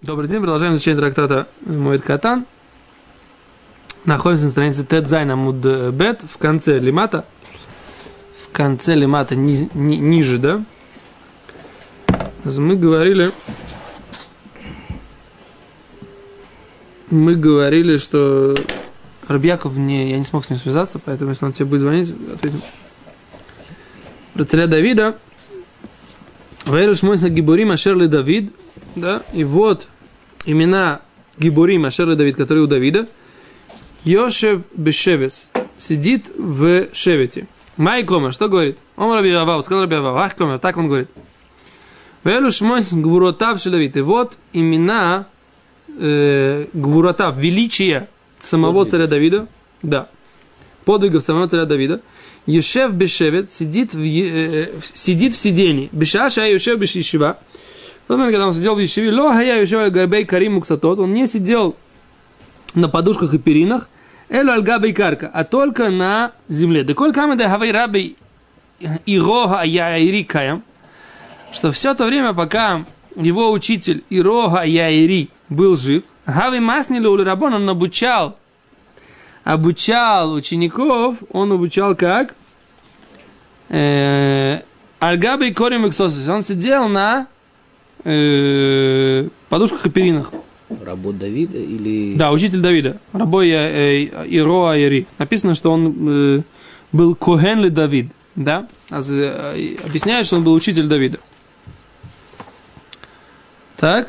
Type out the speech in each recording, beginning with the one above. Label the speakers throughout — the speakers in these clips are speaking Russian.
Speaker 1: Добрый день, продолжаем изучение трактата Моэд Катан. Находимся на странице Тет-Зайн Амуд Бет, в конце лимата. В конце лимата ниже, да? Мы говорили, что Рабьяков я не смог с ним связаться, поэтому если он тебе будет звонить, ответим. Про царя Давида. Ваэриш Мойса Гибурим Ашерли Давид. Да, и вот имена Гибурим Ашерли Давид, которые у Давида. Йошев Бешевес, сидит в шевете. Май Комер, что говорит? Он Раби Авав, сказал Раби Авав, ах Комер, так он говорит. Ваэриш Мойса Гвуротав Шелавид. И вот имена Гвуротав, величия самого царя Давида. Да, подвигов самого царя Давида. Йошев Бешевет, сидит в сидении. Бешаша Йошев Бешишива. В тот момент, когда он сидел в Ешиве, он не сидел на подушках и перинах, а только на земле. Что все то время, пока его учитель Ирога Яири был жив, он обучал учеников, он обучал как? Альгабей Корим Иксосис. Он сидел на подушках и перинах.
Speaker 2: Работ Давида или...
Speaker 1: Да, учитель Давида. Рабой Ироа Яри. Написано, что он был Коген ли Давид. Да? Объясняет, что он был учитель Давида. Так.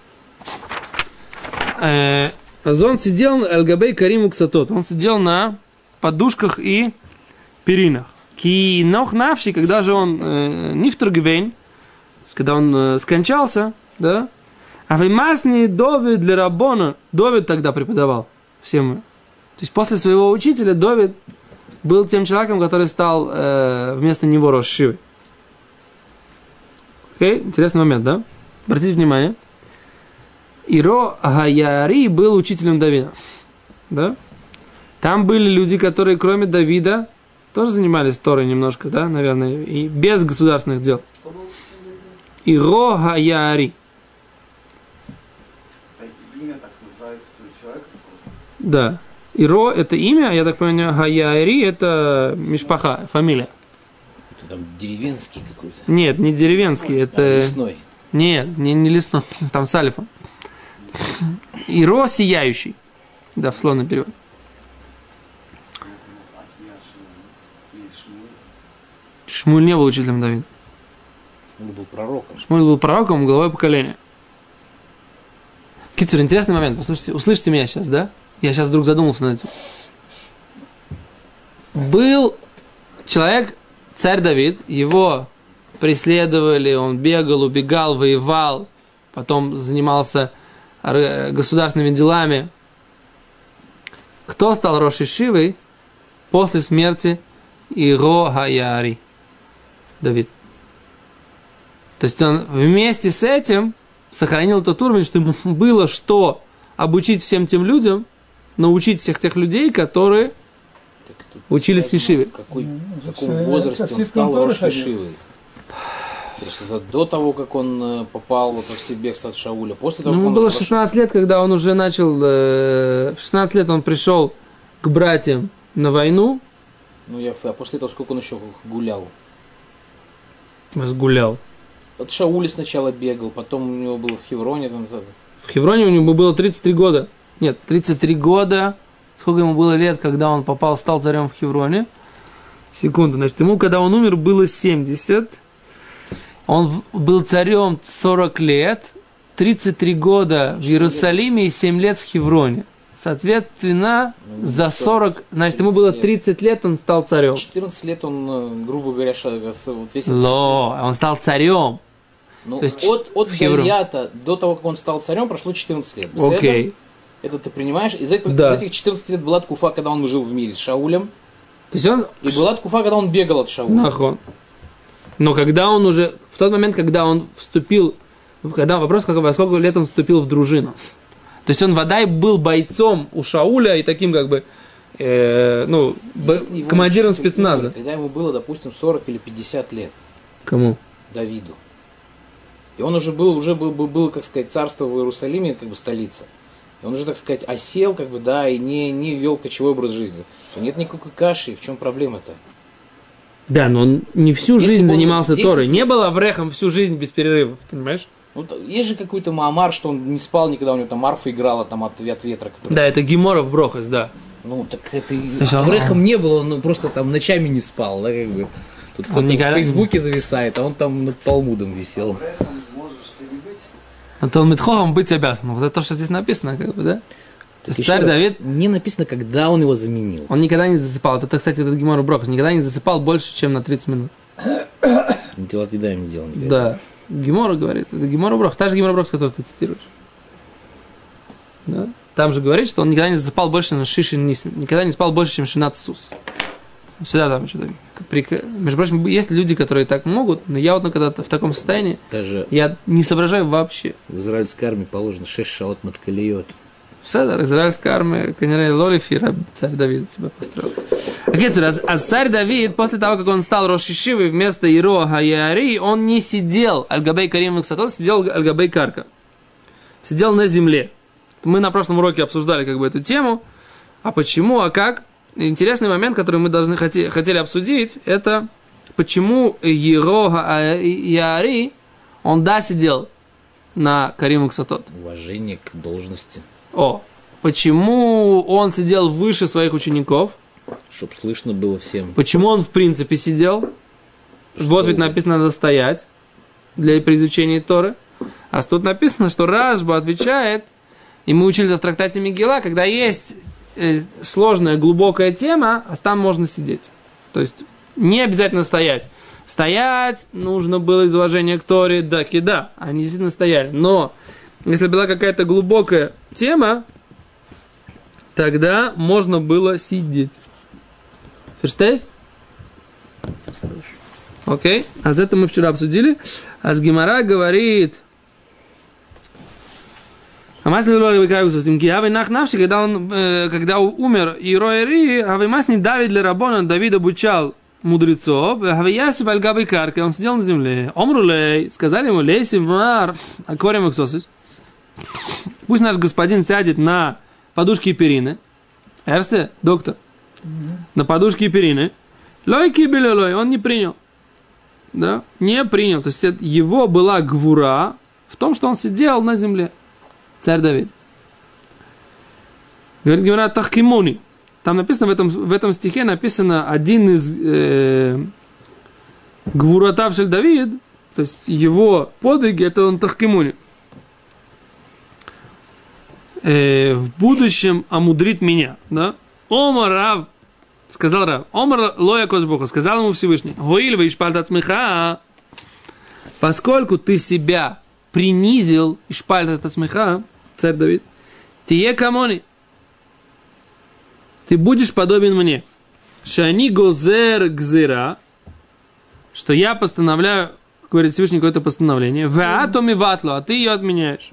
Speaker 1: Он сидел Альгабей Карим Уксатот. Он сидел на подушках и перинах. Ки нох навши, когда же он нифтергвейн, когда он скончался, да, а в Масни Довид для Рабона, Довид тогда преподавал всем. То есть после своего учителя Довид был тем человеком, который стал вместо него Рош Шивой. Окей, интересный момент, да? Обратите внимание. Иро Гаяри был учителем Давида, да? Там были люди, которые кроме Давида тоже занимались Торой немножко, да, наверное, и без государственных дел. Иро Гаяри.
Speaker 3: Имя так называют человека?
Speaker 1: Да. Иро это имя, я так понимаю, Гаяри это мишпаха, фамилия.
Speaker 2: Это там деревенский какой-то.
Speaker 1: Нет, не деревенский, это...
Speaker 2: Лесной.
Speaker 1: Нет, не лесной, там с алифом. Иро сияющий. Да, в словном переводе. Шмуль не был учителем Давида.
Speaker 2: Он был пророком.
Speaker 1: Шмуль был пророком, главой поколения. Кицер, интересный момент. Послушайте, услышите меня сейчас, да? Я сейчас вдруг задумался над этим. Был человек, царь Давид, его преследовали, он бегал, убегал, воевал, потом занимался государственными делами. Кто стал Рош Ешивой после смерти Иро Гаяри? Давид. То есть он вместе с этим сохранил тот уровень, что ему было что обучить всем тем людям, научить всех тех людей, которые учились в Ешиве.
Speaker 2: В каком возрасте он стал Рош Ешивой? То есть это до того, как он попал во все бегство от Шауля, после того,
Speaker 1: ему было 16 лет, когда он уже начал... В 16 лет он пришел к братьям на войну.
Speaker 2: А после этого сколько он еще гулял?
Speaker 1: Гулял.
Speaker 2: От Шауля сначала бегал, потом у него было в Хевроне.
Speaker 1: В Хевроне у него было 33 года. Нет, 33 года. Сколько ему было лет, когда он стал царем в Хевроне? Секунду. Значит, ему, когда он умер, было 70. Он был царем 40 лет. 33 года в Иерусалиме и 7 лет в Хевроне. Соответственно, за 40... Значит, ему было 30 лет, он стал царем.
Speaker 2: 14 лет он, грубо говоря, весь...
Speaker 1: Он стал царем.
Speaker 2: Ну, от Галията до того, как он стал царем, прошло 14 лет.
Speaker 1: Окей.
Speaker 2: Это ты принимаешь? Из этих 14 лет была ткуфа, когда он жил в мире с Шаулем.
Speaker 1: То есть он...
Speaker 2: И была ткуфа, когда он бегал от Шауля.
Speaker 1: Нахон. Но когда он уже... В тот момент, когда он вступил... Вопрос, во сколько лет он вступил в дружину. То есть он, водай, был бойцом у Шауля и таким, командиром спецназа.
Speaker 2: Когда ему было, допустим, 40 или 50 лет.
Speaker 1: Кому?
Speaker 2: Давиду. И он уже был, как сказать, царство в Иерусалиме, как бы столица. И он уже, так сказать, осел, как бы, да, и не вел кочевой образ жизни. Нет никакой каши, в чем проблема-то?
Speaker 1: Да, но он не всю жизнь занимался Торой. Не был аврехом всю жизнь без перерывов, понимаешь?
Speaker 2: Ну, есть же какой-то маамар, что он не спал никогда, у него там арфа играла там от ветра. Который...
Speaker 1: Да, это Гемора в Брохас, да.
Speaker 2: Ну, так это... Аврехом не было, он просто там ночами не спал, да, как бы. Тут кто-то никогда... в Фейсбуке зависает, а он там над Талмудом висел.
Speaker 1: А Талмид Хохам быть обязан. Вот это то, что здесь написано, как бы, да? То есть царь Давид...
Speaker 2: Не написано, когда он его заменил.
Speaker 1: Он никогда не засыпал. Это, кстати, этот Гемора Брохас. Никогда не засыпал больше, чем на 30 минут.
Speaker 2: Дела ты дай мне дело.
Speaker 1: Да. Гемора говорит. Это Гемора Брохас. Та же Гемора Брохас, которую ты цитируешь. Да? Там же говорит, что он никогда не засыпал больше на Шишин Нисн. Никогда не спал больше, чем Шинат Сус. Всегда там что-то... Между прочим, есть люди, которые так могут, но я вот когда-то в таком состоянии,
Speaker 2: даже
Speaker 1: я не соображаю вообще.
Speaker 2: В израильской армии положено 6 шаот маткалиот.
Speaker 1: Седер, израильская армия, конечно, Лолифир, царь Давид себя построил. А царь Давид, после того, как он стал Рошишивой вместо Иро Хаяри, он не сидел Аль-Габей Карим Иксатот, сидел Аль-Габей Карка. Сидел на земле. Мы на прошлом уроке обсуждали как бы эту тему. А почему, а как? Интересный момент, который мы хотели обсудить, это почему Иро Хаяри, он сидел на Карим Иксатот.
Speaker 2: Уважение к должности.
Speaker 1: Почему он сидел выше своих учеников?
Speaker 2: Чтоб слышно было всем.
Speaker 1: Почему он в принципе сидел? Вот ведь написано, надо стоять для изучения Торы. А тут написано, что Рашба отвечает, и мы учили это в трактате Мегила, когда есть сложная, глубокая тема, а там можно сидеть. То есть не обязательно стоять. Стоять нужно было из уважения к Торе, да, они действительно стояли. Но если была какая-то глубокая тема, тогда можно было сидеть. Verstehst? Окей. А за это мы вчера обсудили. А с Гемара говорит... Когда умер Ироэри, Авимасни Давид для Рабона, Давид обучал мудрецов, Авиясив Аль-Габай Карка, он сидел на земле. Омрулей, сказали ему, Лейси Мар, Акорем Эксосис. Пусть наш господин сядет на подушке и перины. Эрсте, доктор. На подушке и перины. Лойки белелой, он не принял. Да? Не принял. То есть его была гвура в том, что он сидел на земле. Царь Давид. Говорит Гемара Тахкимуни. Там написано, в этом стихе написано один из гвуратавших Давид, то есть его подвиги, это он Тахкимуни. В будущем омудрит меня, да? Омар Рав, сказал Рав, Омар Лоя Козбуху, сказал ему Всевышний, Гоиль вишпальт от смеха, поскольку ты себя принизил, ишпальт от смеха, царь Давид, тие камони, ты будешь подобен мне, шани гозер гзира, что я постановляю, говорит Всевышний, какое-то постановление, ваатоми ватло, а ты ее отменяешь.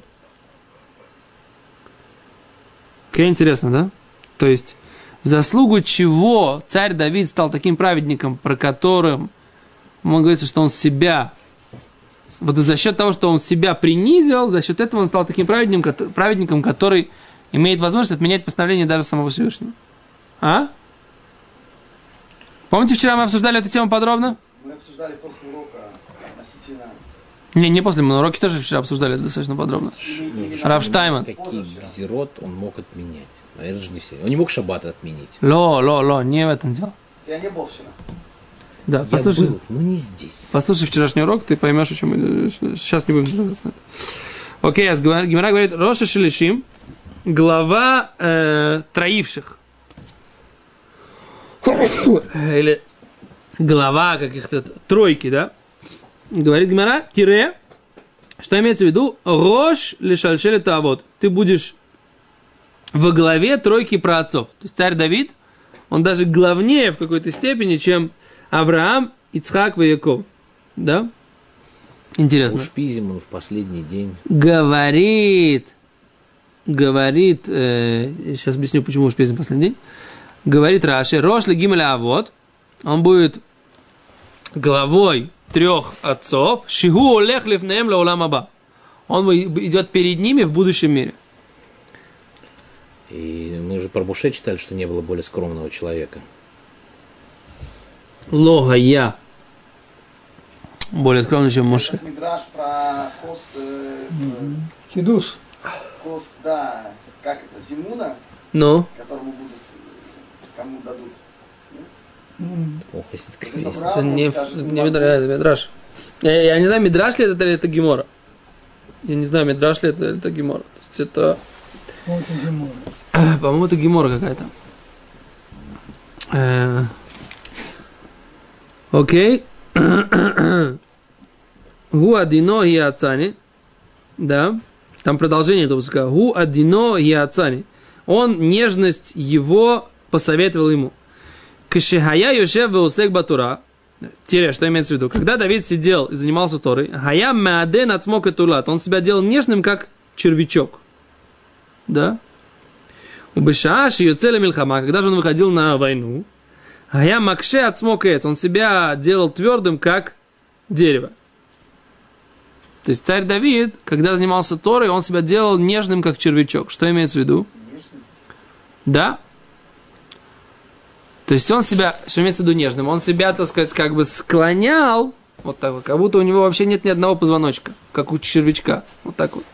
Speaker 1: Как интересно, да? То есть, в заслугу чего царь Давид стал таким праведником, про которым, он говорится, что он себя, вот за счет того, что он себя принизил, за счет этого он стал таким праведником, который имеет возможность отменять постановление даже самого Всевышнего. А? Помните, вчера мы обсуждали эту тему подробно?
Speaker 3: Мы обсуждали после урока относительно...
Speaker 1: Не после, мы на уроке тоже вчера обсуждали достаточно подробно. Рав Штайман.
Speaker 2: Какие гзирот он мог отменять? Наверное же не все. Он не мог шаббат отменить.
Speaker 1: Не в этом дело.
Speaker 3: Я не был вчера.
Speaker 1: Да, послушай.
Speaker 2: Я был, но не здесь.
Speaker 1: Послушай вчерашний урок, ты поймешь, о чем мы... Сейчас не будем разбираться на это. Окей, Гемара говорит, Роша Шелишим, глава троивших. Или глава каких-то тройки, да? Говорит Гемара, тире, что имеется в виду? Рош лишальшели таавот. Ты будешь во главе тройки праотцов. То есть царь Давид, он даже главнее в какой-то степени, чем Авраам, Ицхак и Яков. Да? Интересно.
Speaker 2: Уж Пизимон в последний день.
Speaker 1: Говорит, сейчас объясню, почему уж Пизимон в последний день. Говорит Раши, Рош ли Гимеля Авот, он будет главой трех отцов, шигу олех лифнеем лаулам аба. Он идет перед ними в будущем мире.
Speaker 2: И мы же про Моше читали, что не было более скромного человека.
Speaker 1: Лога я. Более скромный, чем Моше.
Speaker 3: Мидраш про кос...
Speaker 4: Хидуш.
Speaker 3: Кос, да, как это, Зимуна,
Speaker 1: Ну?
Speaker 3: которому будут, кому дадут.
Speaker 2: О, хасидская
Speaker 3: Это
Speaker 2: песня.
Speaker 3: правда,
Speaker 1: Это не
Speaker 3: скажет,
Speaker 1: Мидраш. Я не знаю, Мидраш ли это или это Гемора. Я не знаю, Мидраш ли это или это Гемора. То есть это...
Speaker 4: Вот и Гемора.
Speaker 1: По-моему, это Гемора какая-то. Окей. Гу адино и ацани. Да. Там продолжение этого языка. Гу адино и ацани. Он нежность его посоветовал ему. Кашихая юшев веусек батура. Теперь, что имеется в виду? Когда Давид сидел и занимался Торой, Хая меаден ацмок и тулат. Он себя делал нежным, как червячок. Да? У Бешааши юцеля мильхама. Когда же он выходил на войну, Хая макше ацмок эц. Он себя делал твердым, как дерево. То есть царь Давид, когда занимался Торой, он себя делал нежным, как червячок. Что имеется в виду? Да? То есть он себя, что имеется в виду нежным, он себя, так сказать, как бы склонял, вот так вот, как будто у него вообще нет ни одного позвоночка, как у червячка. Вот так вот.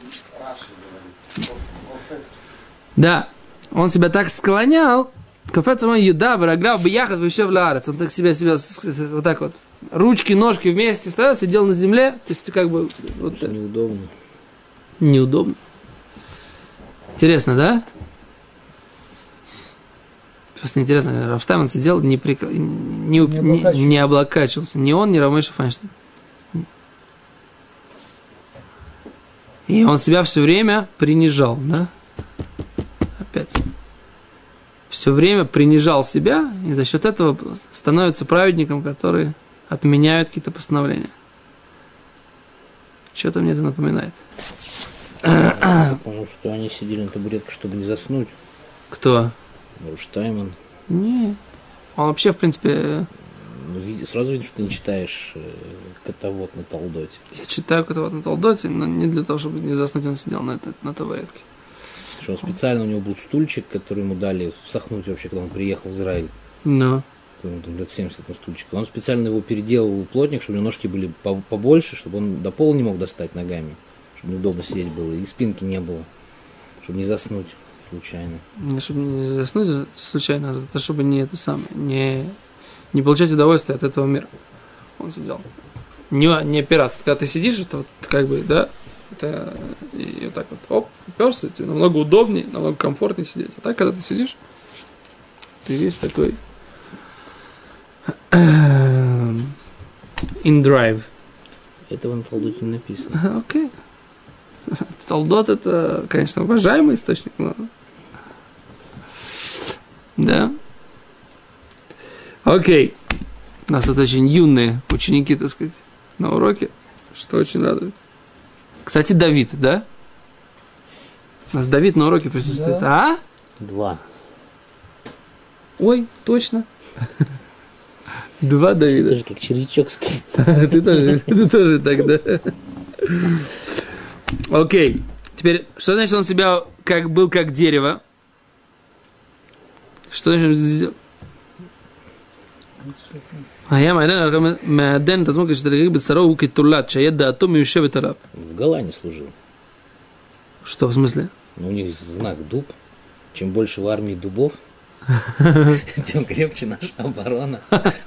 Speaker 1: Да, он себя так склонял, кафе самой еда, выраграв бы яхат еще в ларец. Он так себя вот так вот, ручки, ножки вместе ставил, сидел на земле, то есть как бы вот так.
Speaker 2: Неудобно.
Speaker 1: Неудобно. Интересно, да? Просто интересно, Рафштайнман сидел, не облокачивался. Ни он, ни Равмойша Файнштейн. И он себя все время принижал, да? Опять. Все время принижал себя, и за счет этого становится праведником, который отменяют какие-то постановления. Что-то мне это напоминает.
Speaker 2: Потому что они сидели на табуретках, чтобы не заснуть.
Speaker 1: Кто?
Speaker 2: Руштайман.
Speaker 1: Не. Он вообще, в принципе...
Speaker 2: Сразу видишь, что ты не читаешь Котовод на Талдоте.
Speaker 1: Я читаю Котовод на Талдоте, но не для того, чтобы не заснуть, он сидел на табуретке.
Speaker 2: Что он специально, у него был стульчик, который ему дали всохнуть вообще, когда он приехал в Израиль.
Speaker 1: Ну.
Speaker 2: Ему там лет 70 на стульчик. Он специально его переделал плотник, чтобы у него ножки были побольше, чтобы он до пола не мог достать ногами, чтобы неудобно сидеть было, и спинки не было, чтобы не заснуть случайно.
Speaker 1: Чтобы не заснуть случайно, это чтобы не это самое, не получать удовольствие от этого мира. Он сидел. Не опираться. Когда ты сидишь, это вот как бы, да, это и вот так вот, оп, уперся, тебе намного удобнее, намного комфортнее сидеть. А так, когда ты сидишь, ты весь такой in drive.
Speaker 2: Этого на Талдоте не написано.
Speaker 1: Окей. Талдот это, конечно, уважаемый источник, но... Да. Окей. У нас тут очень юные ученики, так сказать, на уроке, что очень радует. Кстати, Давид, да? У нас Давид на уроке присутствует. Да. А?
Speaker 2: 2.
Speaker 1: Ой, точно. 2 Давида.
Speaker 2: Тоже как червячок скрипит.
Speaker 1: Ты тоже так, да? Окей. Теперь, что значит он себя был как дерево? Что значит сделал? В
Speaker 2: Голландии служил.
Speaker 1: Что в смысле?
Speaker 2: У них знак дуб. Чем больше в армии дубов, тем крепче наша оборона.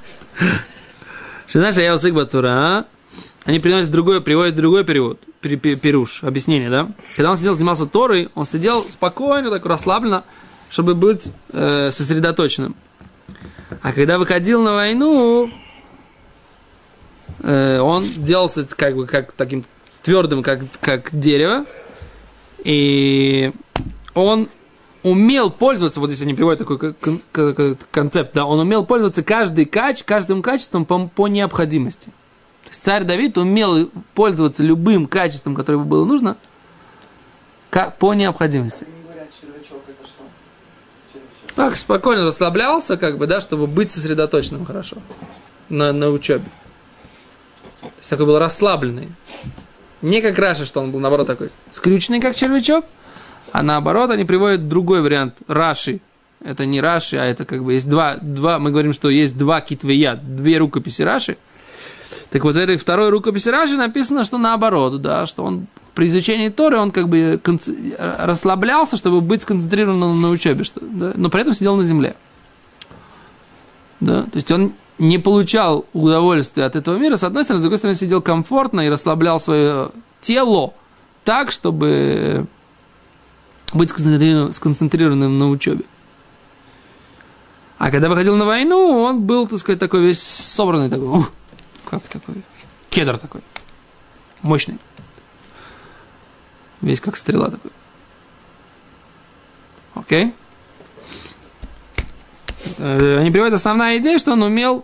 Speaker 1: Что значит, я усык батура? Они приводят другой перевод, перуш, объяснение, да? Когда он сидел, занимался Торой, он сидел спокойно, так расслабленно, чтобы быть сосредоточенным. А когда выходил на войну, он делался как таким твердым, как дерево, и он умел пользоваться, вот здесь они приводят такой концепт, да, он умел пользоваться каждым качеством по необходимости. То есть царь Давид умел пользоваться любым качеством, которое ему было нужно, по необходимости.
Speaker 3: Они говорят, червячок это что? Червячок.
Speaker 1: Так, спокойно расслаблялся, да, чтобы быть сосредоточенным хорошо на учебе. То есть такой был расслабленный. Не как Раши, что он был, наоборот, такой скрюченный, как червячок, а наоборот, они приводят другой вариант. Раши. Это не Раши, а это как бы есть два, мы говорим, что есть два китвея, две рукописи Раши. Так вот, в этой второй рукописи Раши написано, что наоборот, да, что он при изучении Торы, он как бы расслаблялся, чтобы быть сконцентрированным на учебе, что, да, но при этом сидел на земле. Да, то есть он не получал удовольствия от этого мира, с одной стороны, с другой стороны, сидел комфортно и расслаблял свое тело так, чтобы быть сконцентрированным на учебе. А когда выходил на войну, он был, так сказать, такой весь собранный, такой, как такой, кедр такой, мощный. Весь как стрела такой. Окей? Они приводят основная идея, что он умел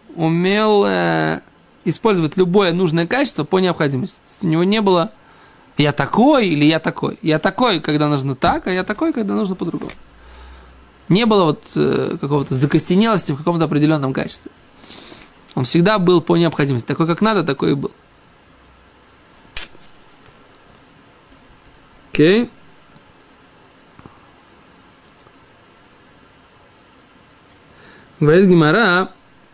Speaker 1: использовать любое нужное качество по необходимости. То есть у него не было «я такой» или «я такой». «Я такой», когда нужно так, а «я такой», когда нужно по-другому. Не было вот какого-то закостенелости в каком-то определенном качестве. Он всегда был по необходимости. Такой, как надо, такой и был. Окей. Говорит Гемара,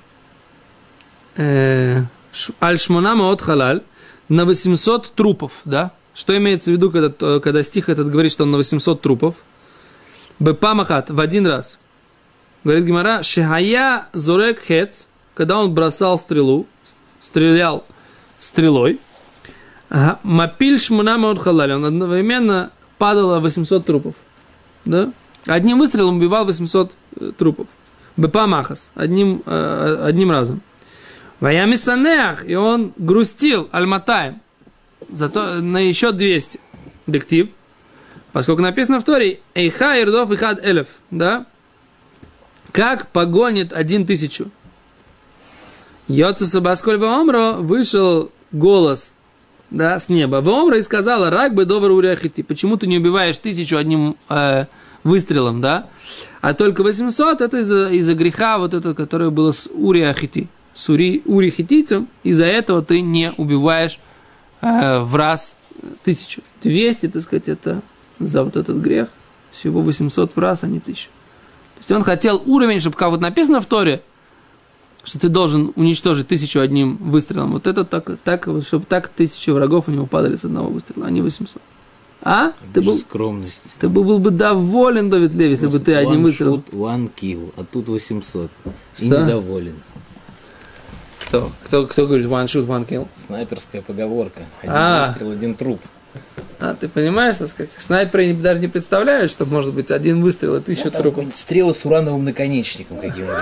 Speaker 1: аль-шмона маот халаль, на 800 трупов, да? Что имеется в виду, когда стих этот говорит, что он на 800 трупов? Бепамахат, в один раз. Говорит Гемара, шехая зорек хец, когда он бросал стрелу, стрелял стрелой, мапиль шмона маот халаль, он одновременно падало 800 трупов, да? Одним выстрелом убивал 800 трупов. Бепамахас, одним разом. Ваями санеах, и он грустил аль-матаем, зато на еще 200. Дектив. Поскольку написано в Торе, эйха ирдов ихад элев, да? Как погонит 1000. Йоцу сабасколь ваомро, вышел голос, да, с неба. Ваомро и сказала, рак бы добр уряхити. Почему ты не убиваешь 1000 одним выстрелом, да? А только 800 это из-за греха вот это, которое было с Ури-Ахити. С Ури-Хитийцем. Из-за этого ты не убиваешь в раз 1000. 200, так сказать, это за вот этот грех. Всего 800 в раз, а не 1000. То есть он хотел уровень, чтобы как вот написано в Торе, что ты должен уничтожить 1000 одним выстрелом. Вот это так чтобы так 1000 врагов у него падали с одного выстрела, а не 800. А? Ты был бы доволен, Давид Леви, если бы ты одним выстрелом.
Speaker 2: One kill, а тут 800.
Speaker 1: Что?
Speaker 2: И недоволен.
Speaker 1: Кто говорит one shoot, one kill?
Speaker 2: Снайперская поговорка. Один выстрел, один труп.
Speaker 1: Ты понимаешь, так сказать, снайперы даже не представляют, что может быть один выстрел и 1000 трупов.
Speaker 2: Стрелы с урановым наконечником каким-нибудь.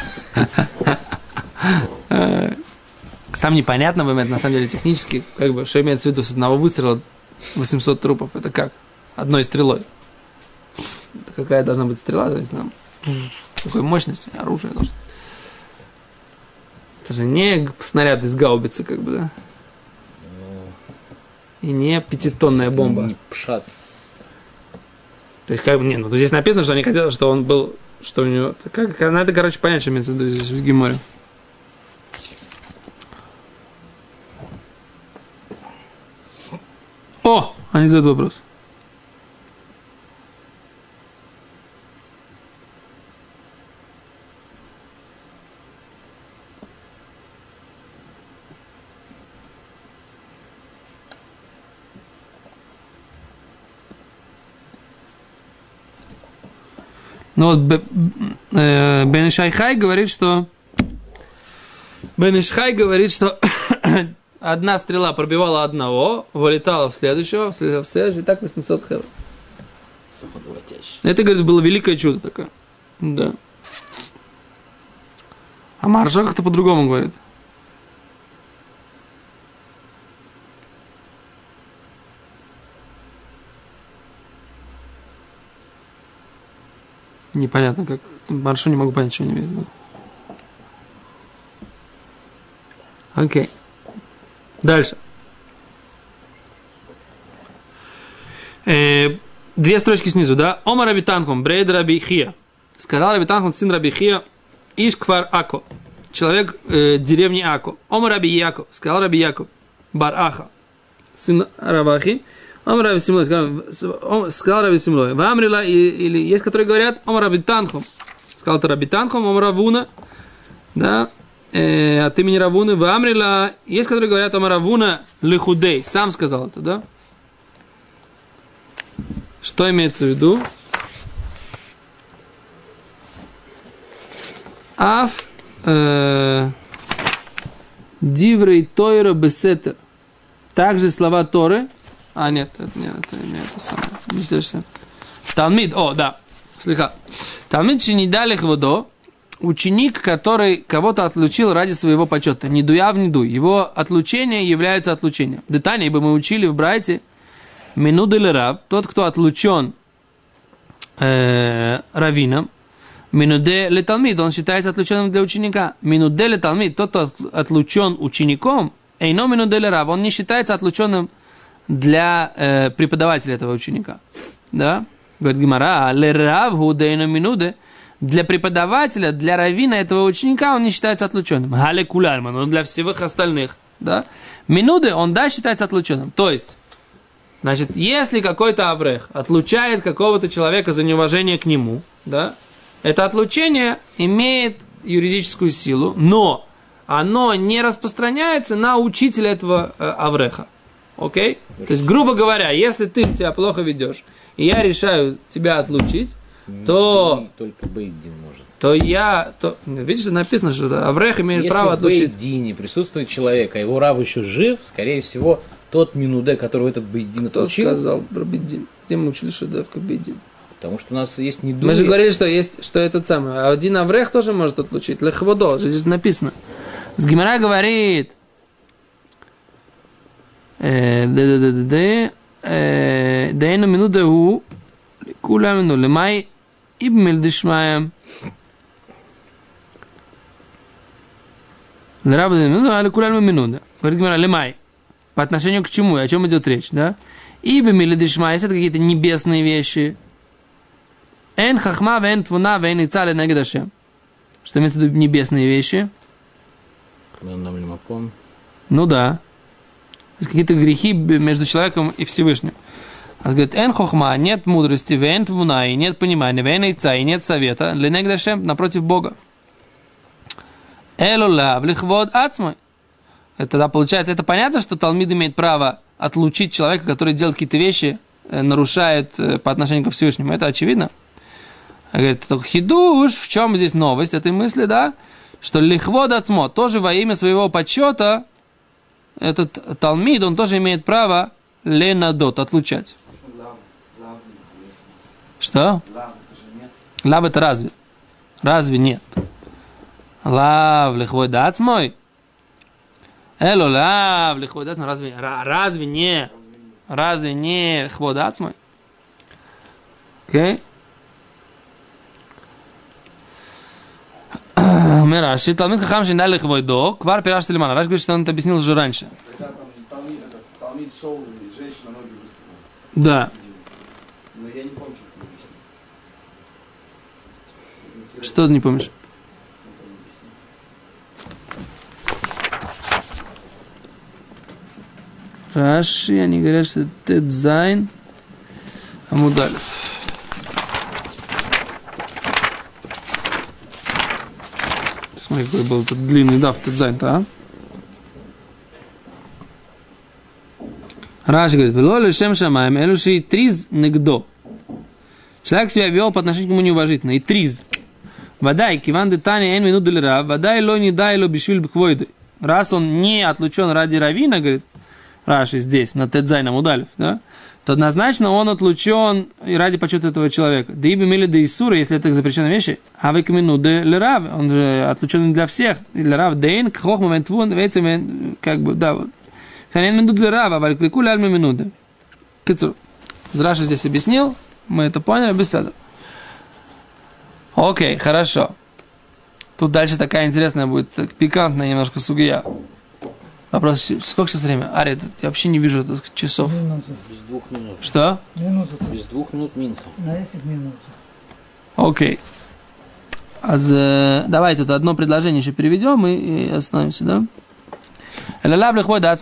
Speaker 1: Там непонятно, на самом деле, технически, как бы, что имеется в виду с одного выстрела 800 трупов. Это как? Одной стрелой. Это какая должна быть стрела? То есть, какой мощности оружие должно. Это же не снаряд из гаубицы, как бы, да? И не 5-тонная бомба.
Speaker 2: Не пшат.
Speaker 1: То есть, как бы, здесь написано, что они хотели, что он был, что у него... Надо, короче, понять, что имеется в виду здесь в Геморе. О! Они задают вопрос. Ну вот Бен Ишай говорит, что одна стрела пробивала одного, вылетала в следующего, и так 800 хевр. Это, говорит, было великое чудо такое. Да. А Маршо как-то по-другому говорит. Непонятно, как. Маршо не могу понять, что они имеют в виду. Окей. Дальше. 2 строчки снизу, да? Ома Раби Танхум, брейд Раби Хия. Сказал Раби Танхум, сын Раби Хия, Иш Квар Ако. человек деревни Ако. Омар Раби Яков, сказал Раби Яков, бар Аха, сын Равахи. Омар Раби Симлой, сказал Раби Симлой. Вамрила, или есть, которые говорят, Омар Раби Танхум. Сказал это Раби Танхум, Омар Равуна, да, от имени Равуны. Вамрила, есть, которые говорят, Омар Равуна лихудей. Сам сказал это, да? Что имеется в виду? Аф диврей тойра бесетер. Также слова Торы. Нет, это самое. Не следующее. Талмид, да. Слегка. Талмид шинидалих водо. Ученик, который кого-то отлучил ради своего почета. Не дуя в недуй. Его отлучение является отлучением. Детально, ибо мы учили в Брайте минудель раб. Тот, кто отлучен раввином. Минуде ле талмид, он считается отлученным для ученика. Минуде ле талмид, тот, кто отлучен учеником, эйно минуде ле рав, он не считается отлученным для преподавателя этого ученика. Да? Говорит Гемара, ле рав худейно минуде, для преподавателя, для раввина этого ученика он не считается отлученным. Гале кулярман, он для всех остальных. Да? Минуде он, да, считается отлученным. То есть, значит, если какой-то аврех отлучает какого-то человека за неуважение к нему, да, это отлучение имеет юридическую силу, но оно не распространяется на учителя этого авреха. Окей? То есть, грубо говоря, если ты себя плохо ведешь, и я решаю тебя отлучить, то...
Speaker 2: Только бейдин может.
Speaker 1: Видишь, написано, что аврех имеет право отлучить.
Speaker 2: Если в бейдине присутствует человек, а его рав еще жив, скорее всего, тот минуде, которого этот бейдин отлучил...
Speaker 1: Кто сказал про бейдин? Где мы учили, что давка бейдин?
Speaker 2: Потому что у нас есть недуги.
Speaker 1: Мы же говорили, что этот самый. А один аврех тоже может отлучить. Лехводо, здесь написано. С Гемара говорит. Дейну минуде у кулямину лемай ибмель дишмаем. Говорит Гемара лемай. По отношению к чему? О чем идет речь, да? Ибмель дишмаем, это какие-то небесные вещи. Эн хахма вен твуна вен ицале негедашем. Что имеется в виду небесные вещи? Ну да. Какие-то грехи между человеком и Всевышним. Он говорит, эн хохма, нет мудрости, вен твуна, и нет понимания, вен ица, и нет совета, ле негедашем, напротив Бога. Элула, влихвод ацмой. Это тогда получается, это понятно, что талмид имеет право отлучить человека, который делает какие-то вещи, нарушает по отношению ко Всевышнему. Это очевидно. Говорит, только хидуш, в чем здесь новость этой мысли, да? Что лихвод ацмо, тоже во имя своего почета, этот талмид, он тоже имеет право ленадот, отлучать. Что? Лав это разве? Разве нет? Лав лихвод ацмой? Эло лав лихвод ацмой, разве не? Разве не лихвод ацмой? Окей? Раши, Талмид Хахам Шиндали Хвойдо, Квар Пираш Сулейман. Раши говорит, что он это объяснил уже раньше.
Speaker 3: Когда там Талмид шел, и женщина ноги выставила.
Speaker 1: Да.
Speaker 3: Но я не помню, что ты объяснил.
Speaker 1: Что ты не помнишь? Раши, они говорят, что это Тедзайн Амудалев. Смотри, какой был тут длинный дав Тедзайн-то, а? Раши говорит, «Вело лешем шамаем, элуши триз негдо». Человек себя вел по отношению к нему неуважительно. И триз. Вадай, киван детани эн минут дель рав, вадай ло не дай ло бишвиль бхвойды. Раз он не отлучен ради равина, говорит Раши здесь, на Тедзайна Мудалев, да, то однозначно он отлучен и ради почета этого человека. Да ибо мили да Исура, если это запрещенные вещи, а вы камину да лерав, он же отлучен для всех. И для рав дейн, хохма вентвун, вейцем, как бы, да, вот. Ханен минут для рава, валькрику ляльма минуты. Кицур. Раши здесь объяснил, мы это поняли, без сада. Окей, хорошо. Тут дальше такая интересная будет, пикантная немножко сугия. Вопрос, сколько сейчас время? Ари, я вообще не вижу часов.
Speaker 4: Минуты.
Speaker 2: Без 2 минут.
Speaker 1: Что?
Speaker 4: Минуты.
Speaker 2: Без 2 минут Минха.
Speaker 4: На этих минутах.
Speaker 1: Окей. Давай тут одно предложение еще переведем и остановимся, да? Рав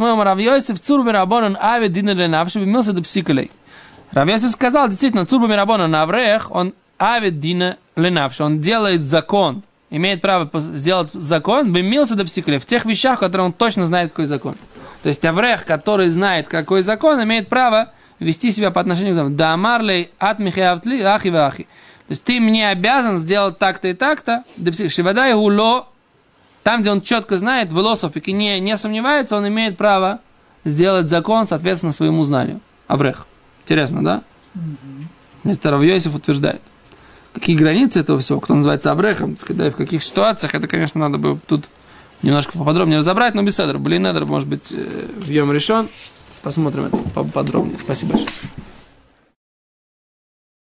Speaker 1: Йосиф сказал, действительно, цурба мирабона на аврех, он авид дина ленавш, он делает закон, имеет право сделать закон, бемился до псиколе, в тех вещах, которые он точно знает, какой закон. То есть аврех, который знает, какой закон, имеет право вести себя по отношению к закону. Да марлей от михеавтли ахи вахи. То есть ты мне обязан сделать так-то и так-то, шивадай гуло, там, где он четко знает, велософик и не сомневается, он имеет право сделать закон, соответственно, своему знанию. Аврех. Интересно, да? Мистер Рав Йосиф утверждает. Какие границы этого всего, кто называется Аврехом, так сказать, да, и в каких ситуациях, это, конечно, надо бы тут немножко поподробнее разобрать, но без седра. Блин, может быть, в Йом решен. Посмотрим это поподробнее. Спасибо большое.